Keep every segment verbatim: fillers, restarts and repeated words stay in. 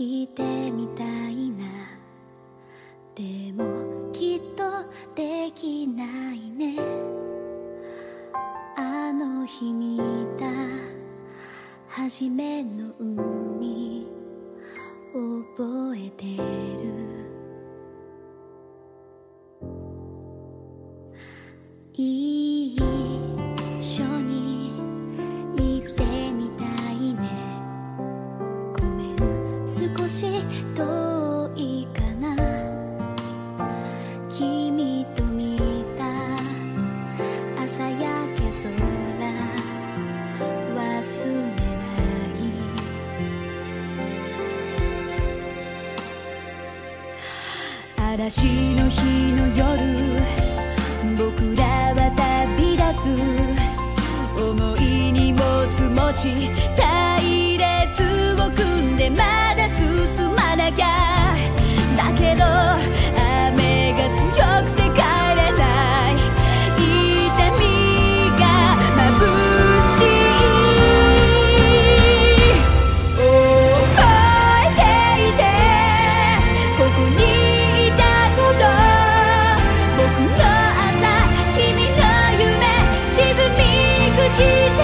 きてみたいな、でもきっとできないね。あの日見た初めの海覚えてる。一緒に行ってみたいね。ごめん、少し遠いかな。君と見た朝焼け空忘れない。嵐の日の夜、僕らは旅立つ。重い荷物持ち隊列を組んでまだ進まなきゃ。だけど雨が強くて帰れない。痛みが眩しい。覚えていてここにいたこと。僕のしても必ず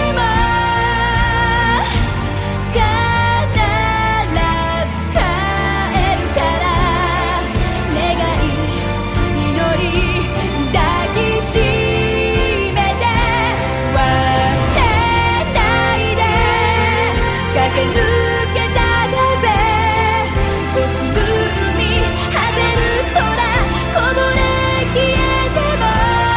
帰るから願い祈り抱きしめて忘れないで。駆け抜けた風落ちる海果てる空こぼれ消えても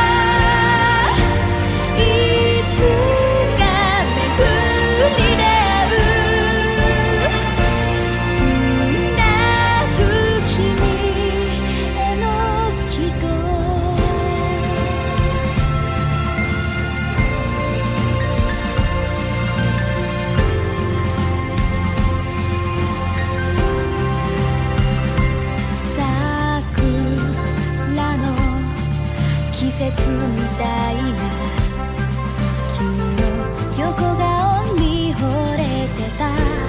季節みたいな君の横顔に惚れてた。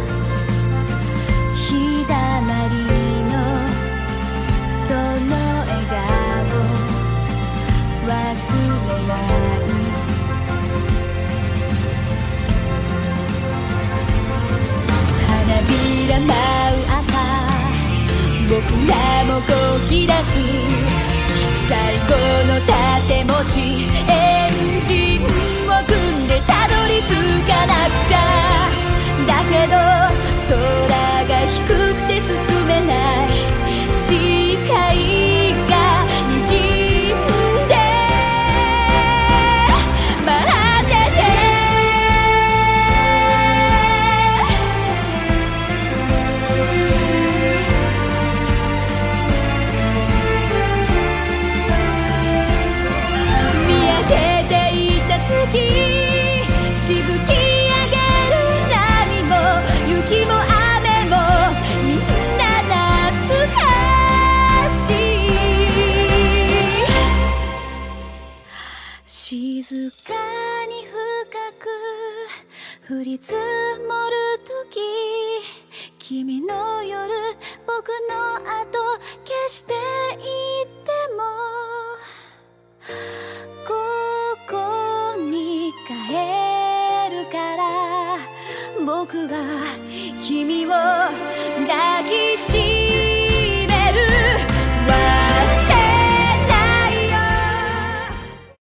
日だまりのその笑顔忘れない。花びら舞う朝僕らもこぎ出す。最高の盾持ちエンジンを組んでたどり着かなくちゃ。だけど空が低くて進めない。視界が滲んで待ってて。しぶき上げる波も雪も雨もみんな懐かしい。静かに深く降り積もる時、君の夜僕の後消していってもここに帰るから僕は君を抱きしめ